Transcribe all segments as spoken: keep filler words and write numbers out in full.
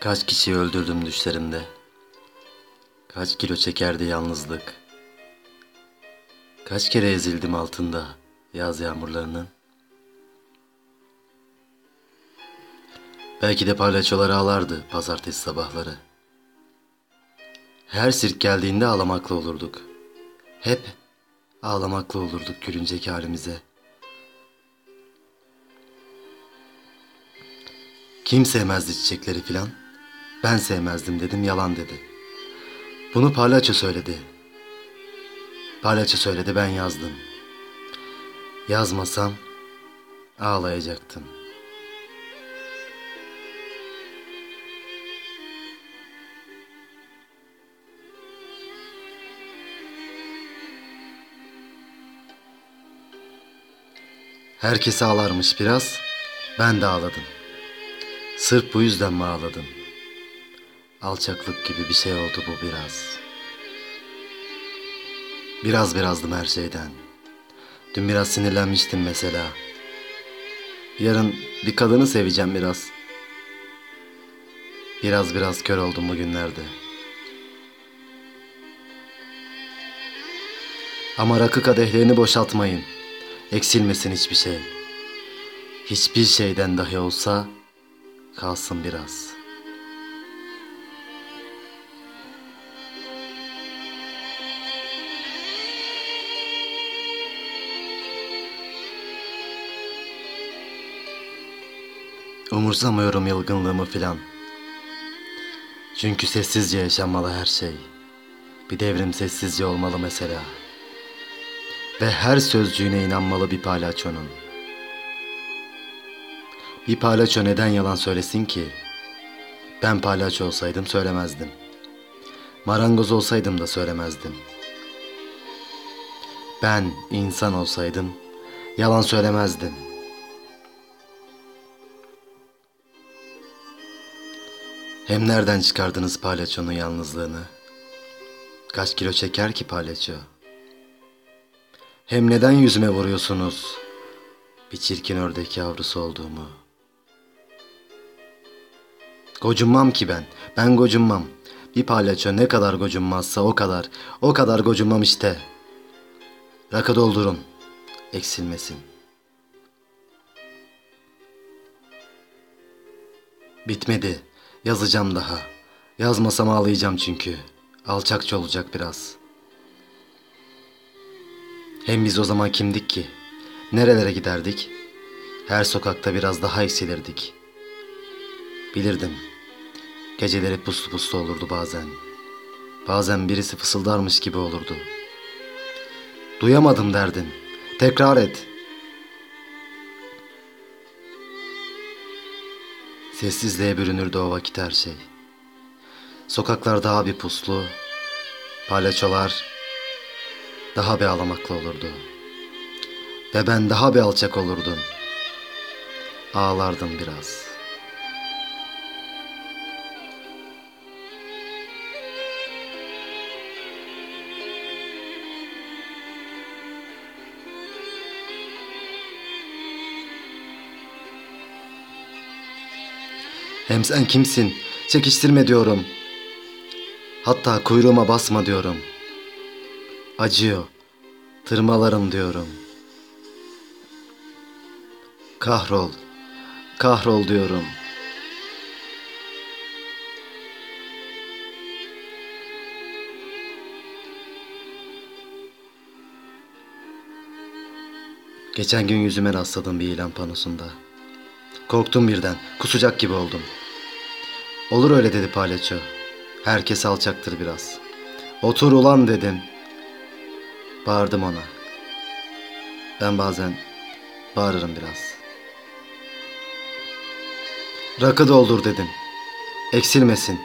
Kaç kişiyi öldürdüm düşlerimde. Kaç kilo çekerdi yalnızlık. Kaç kere ezildim altında yaz yağmurlarının. Belki de palyaçolar ağlardı pazartesi sabahları. Her sirk geldiğinde ağlamakla olurduk. Hep ağlamakla olurduk gülünceki halimize. Kim sevmezdi çiçekleri filan? Ben sevmezdim dedim, yalan dedi. Bunu palyaço söyledi. Palyaço söyledi, ben yazdım. Yazmasam ağlayacaktım. Herkes ağlarmış biraz, ben de ağladım. Sırf bu yüzden mi ağladım? Alçaklık gibi bir şey oldu bu biraz. Biraz birazdım her şeyden. Dün biraz sinirlenmiştim mesela. Yarın bir kadını seveceğim biraz. Biraz biraz kör oldum bugünlerde. Ama rakı kadehlerini boşaltmayın. Eksilmesin hiçbir şey. Hiçbir şeyden dahi olsa kalsın biraz. Umursamıyorum yılgınlığımı filan. Çünkü sessizce yaşanmalı her şey. Bir devrim sessizce olmalı mesela. Ve her sözcüğüne inanmalı bir palyaçonun. Bir palyaço neden yalan söylesin ki? Ben palyaço olsaydım söylemezdim. Marangoz olsaydım da söylemezdim. Ben insan olsaydım yalan söylemezdim. Hem nereden çıkardınız palyaçonun yalnızlığını? Kaç kilo çeker ki palyaço? Hem neden yüzüme vuruyorsunuz bir çirkin ördek yavrusu olduğumu? Gocunmam ki ben, ben gocunmam. Bir palyaço ne kadar gocunmazsa o kadar, o kadar gocunmam işte. Rakı doldurun, eksilmesin. Bitmedi, yazacağım daha. Yazmasam ağlayacağım çünkü. Alçakça olacak biraz. Hem biz o zaman kimdik ki? Nerelere giderdik? Her sokakta biraz daha eksilirdik. Bilirdim. Geceleri puslu puslu olurdu bazen. Bazen birisi fısıldarmış gibi olurdu. Duyamadım derdin. Tekrar et. Sessizliğe bürünürdü o vakit her şey. Sokaklar daha bir puslu, palyaçolar daha bir ağlamaklı olurdu. Ve ben daha bir alçak olurdum. Ağlardım biraz. Hem sen kimsin? Çekiştirme diyorum. Hatta kuyruğuma basma diyorum. Acıyor. Tırmalarım diyorum. Kahrol. Kahrol diyorum. Geçen gün yüzüme rastladım bir ilan panosunda. Korktum birden. Kusacak gibi oldum. Olur öyle dedi palyaço. Herkes alçaktır biraz. Otur ulan dedim. Bağırdım ona. Ben bazen bağırırım biraz. Rakı doldur dedim. Eksilmesin.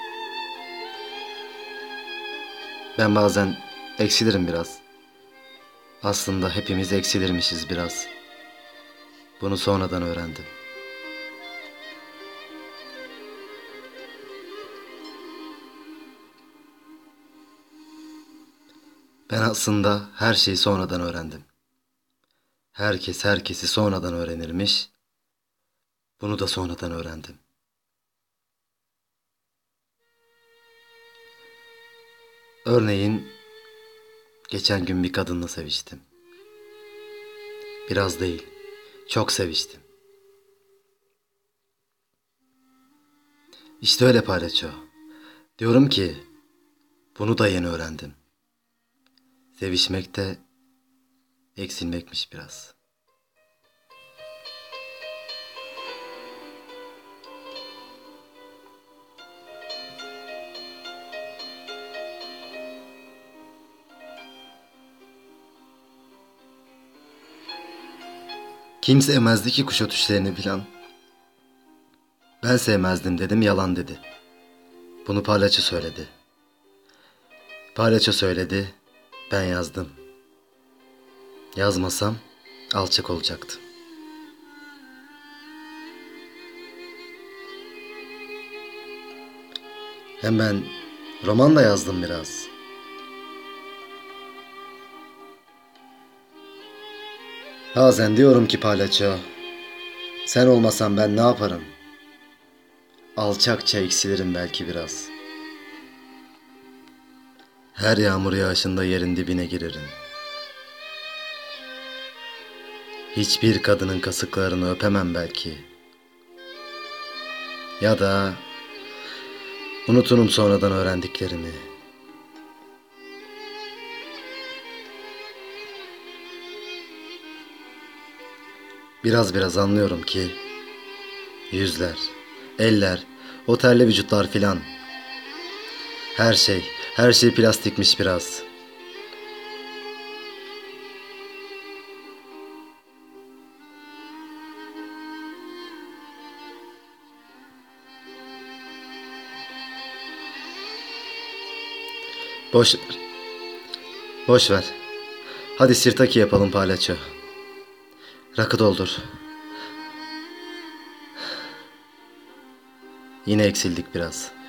Ben bazen eksilirim biraz. Aslında hepimiz eksilirmişiz biraz. Bunu sonradan öğrendim. Ben aslında her şeyi sonradan öğrendim. Herkes herkesi sonradan öğrenirmiş. Bunu da sonradan öğrendim. Örneğin geçen gün bir kadınla seviştim. Biraz değil, çok seviştim. İşte öyle palyaço. Diyorum ki bunu da yeni öğrendim. Sevişmek de eksilmekmiş biraz. Kimse sevmezdi ki kuş ötüşlerini filan. Ben sevmezdim dedim, yalan dedi. Bunu palyaço söyledi. Palyaço söyledi, ben yazdım. Yazmasam alçak olacaktım. Hem ben roman da yazdım biraz. Bazen diyorum ki palyaço, sen olmasan ben ne yaparım? Alçakça eksilirim belki biraz. Her yağmur yağışında yerin dibine girerim. Hiçbir kadının kasıklarını öpemem belki. Ya da unuturum sonradan öğrendiklerimi. Biraz biraz anlıyorum ki yüzler, eller, o terli vücutlar filan. Her şey, her şey plastikmiş biraz. Boş ver. Boş ver. Hadi sirtaki yapalım palyaço. Rakı doldur. Yine eksildik biraz.